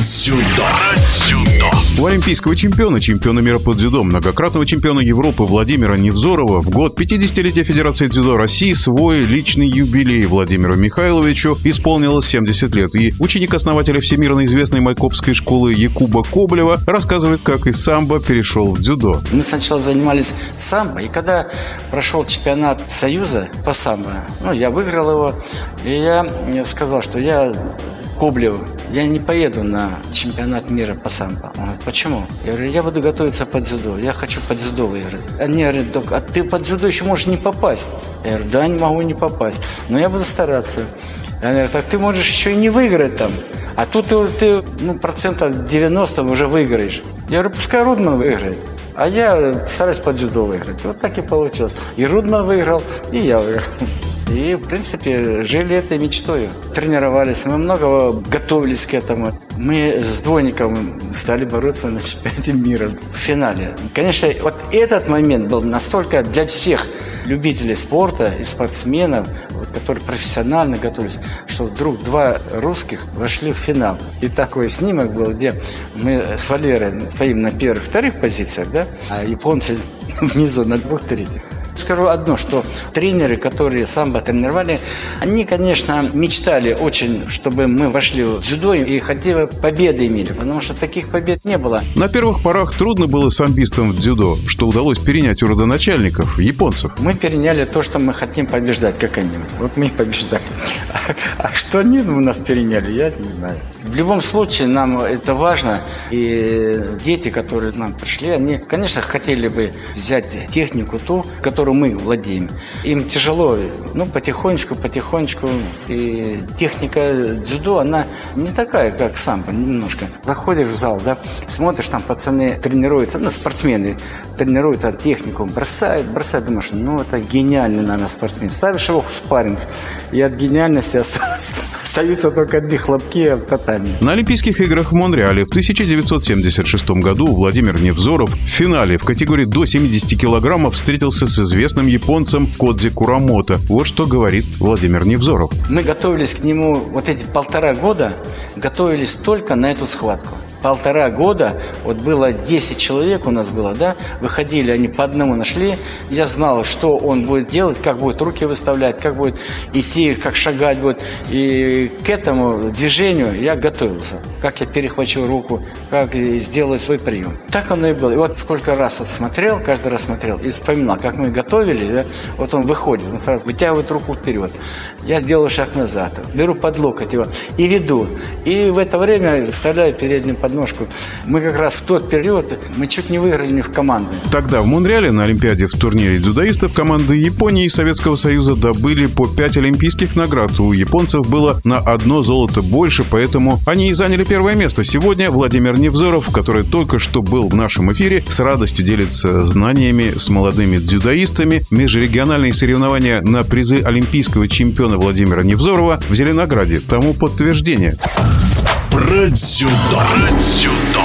Дзюдо. У олимпийского чемпиона мира по дзюдо, многократного чемпиона Европы Владимира Невзорова в год 50-летия Федерации дзюдо России свой личный юбилей. Владимиру Михайловичу исполнилось 70 лет. И ученик основателя всемирно известной майкопской школы Якуба Коблева рассказывает, как из самбо перешел в дзюдо. Мы сначала занимались самбо, и когда прошел чемпионат Союза по самбо, я выиграл его, и я сказал, что я Коблев, я не поеду на чемпионат мира по самбо. Он говорит, почему? Я говорю, я буду готовиться по дзюдо, я хочу по дзюдо выиграть. Они говорят, а ты по дзюдо еще можешь не попасть. Я говорю, да, не могу не попасть, но я буду стараться. Они говорят, а ты можешь еще и не выиграть там, а тут ты процентов 90 уже выиграешь. Я говорю, пускай Рудман выиграет. А я стараюсь по дзюдо выиграть. Вот так и получилось. И Рудман выиграл, и я выиграл. И, в принципе, жили этой мечтой. Тренировались, мы много готовились к этому. Мы с двойником стали бороться на чемпионате мира в финале. Конечно, вот этот момент был настолько для всех любителей спорта и спортсменов, которые профессионально готовились, что вдруг два русских вошли в финал. И такой снимок был, где мы с Валерой стоим на первых-вторых позициях, да, а японцы внизу на двух-третьих. Скажу одно, что тренеры, которые самбо тренировали, они, конечно, мечтали очень, чтобы мы вошли в дзюдо и хотя бы победы имели, потому что таких побед не было. На первых порах трудно было самбистам в дзюдо, что удалось перенять у родоначальников, японцев. Мы переняли то, что мы хотим побеждать, как они. Вот мы и побеждали. А что они у нас переняли, я не знаю. В любом случае, нам это важно. И дети, которые к нам пришли, они, конечно, хотели бы взять технику ту, которую мы владеем. Им тяжело, потихонечку. И техника дзюдо, она не такая, как самбо, немножко. Заходишь в зал, да, смотришь, там пацаны тренируются, спортсмены тренируются технику, бросают, думаешь, это гениальный, наверное, спортсмен. Ставишь его в спарринг, и от гениальности остаются только одни хлопки от татами. На Олимпийских играх в Монреале в 1976 году Владимир Невзоров в финале в категории до 70 килограммов встретился с известным японцем Кодзи Курамото. Вот что говорит Владимир Невзоров. Мы готовились к нему эти 1,5 года, готовились только на эту схватку. 1,5 года, было 10 человек у нас было, да, выходили, они по одному нашли, я знал, что он будет делать, как будет руки выставлять, как будет идти, как шагать будет, и к этому движению я готовился, как я перехвачу руку, как сделаю свой прием. Так оно и было, и сколько раз смотрел, каждый раз смотрел, и вспоминал, как мы готовили, да, он выходит, он сразу вытягивает руку вперед, я делаю шаг назад, беру под локоть его и веду, и в это время вставляю переднюю подножку. Мы как раз в тот период, мы чуть не выиграли в команды. Тогда в Монреале на Олимпиаде в турнире дзюдоистов команды Японии и Советского Союза добыли по 5 олимпийских наград. У японцев было на 1 золото больше, поэтому они и заняли первое место. Сегодня Владимир Невзоров, который только что был в нашем эфире, с радостью делится знаниями с молодыми дзюдоистами. Межрегиональные соревнования на призы олимпийского чемпиона Владимира Невзорова в Зеленограде тому подтверждение. Про дзюдо.